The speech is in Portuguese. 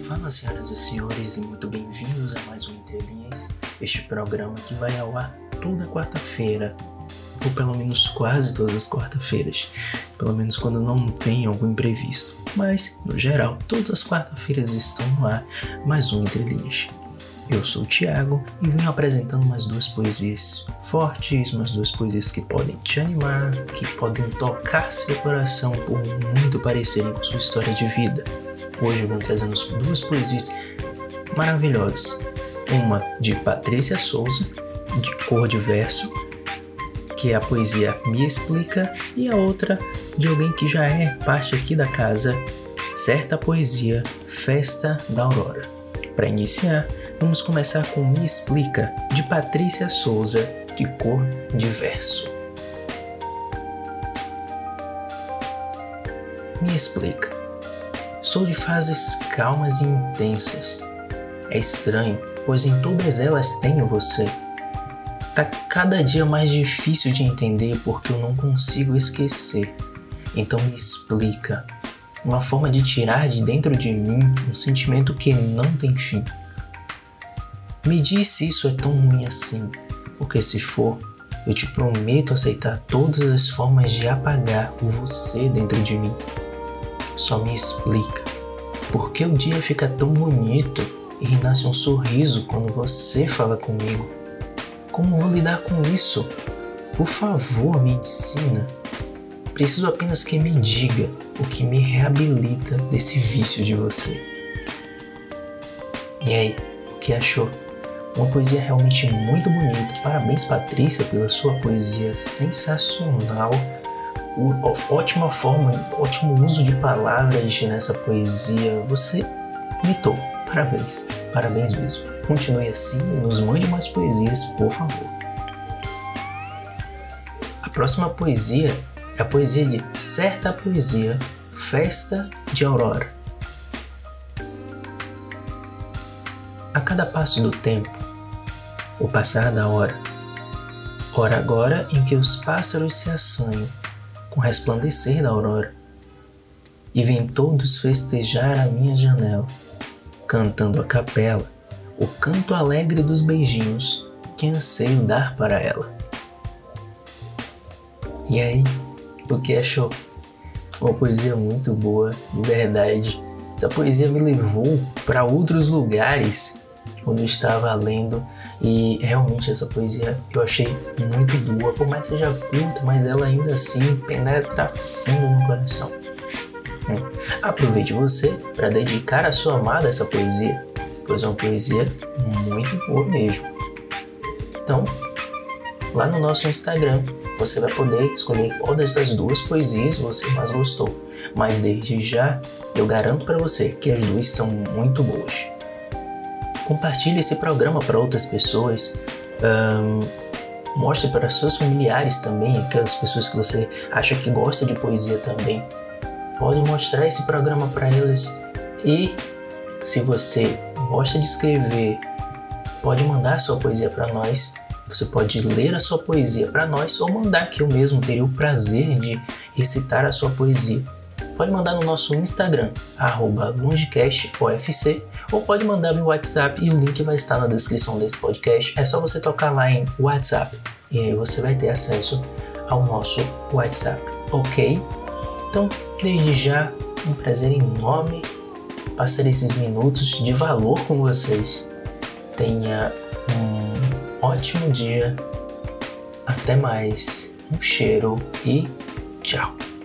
Fala, senhoras e senhores, e muito bem-vindos a mais um Entre Linhas, este programa que vai ao ar toda quarta-feira, ou pelo menos quase todas as quarta-feiras, pelo menos quando não tem algum imprevisto. Mas, no geral, todas as quarta-feiras estão no ar mais um Entre Linhas. Eu sou o Thiago e venho apresentando mais duas poesias fortes, mais duas poesias que podem te animar, que podem tocar seu coração por muito parecerem com sua história de vida. Hoje eu venho trazendo duas poesias maravilhosas. Uma de Patrícia Souza, de Cor de Verso, que é a poesia Me Explica, e a outra de alguém que já é parte aqui da casa, Certa Poesia, Festa da Aurora. Para iniciar, vamos começar com Me Explica, de Patrícia Souza, de Cor de Verso. Me explica. Sou de fases calmas e intensas. É estranho, pois em todas elas tenho você. Tá cada dia mais difícil de entender porque eu não consigo esquecer. Então me explica. Uma forma de tirar de dentro de mim um sentimento que não tem fim. Me diz se isso é tão ruim assim, porque se for, eu te prometo aceitar todas as formas de apagar o você dentro de mim. Só me explica, por que o dia fica tão bonito e nasce um sorriso quando você fala comigo? Como vou lidar com isso? Por favor, me ensina. Preciso apenas que me diga o que me reabilita desse vício de você. E aí, o que achou? Uma poesia realmente muito bonita. Parabéns, Patrícia, pela sua poesia sensacional. Ótima forma, ótimo uso de palavras nessa poesia. Você mitou. Parabéns. Parabéns mesmo. Continue assim e nos mande mais poesias, por favor. A próxima poesia é a poesia de Certa Poesia, Festa de Aurora. A cada passo do tempo, o passar da hora agora em que os pássaros se assanham com o resplandecer da aurora, e vêm todos festejar a minha janela, cantando a capela, o canto alegre dos beijinhos que anseio dar para ela. E aí, o que achou? Uma poesia muito boa, de verdade. Essa poesia me levou para outros lugares quando eu estava lendo, e realmente essa poesia eu achei muito boa, por mais que seja curta, mas ela ainda assim penetra fundo no coração. Aproveite você para dedicar a sua amada essa poesia, pois é uma poesia muito boa mesmo. Então, lá no nosso Instagram, você vai poder escolher qual dessas duas poesias você mais gostou, mas desde já eu garanto para você que as duas são muito boas. Compartilhe esse programa para outras pessoas, mostre para seus familiares também, aquelas pessoas que você acha que gosta de poesia também. Pode mostrar esse programa para eles, e se você gosta de escrever, pode mandar sua poesia para nós. Você pode ler a sua poesia para nós ou mandar, que eu mesmo teria o prazer de recitar a sua poesia. Pode mandar no nosso Instagram, @longecastofc, ou pode mandar no WhatsApp, e o link vai estar na descrição desse podcast. É só você tocar lá em WhatsApp e aí você vai ter acesso ao nosso WhatsApp, ok? Então, desde já, um prazer enorme passar esses minutos de valor com vocês. Tenha um ótimo dia. Até mais. Um cheiro e tchau.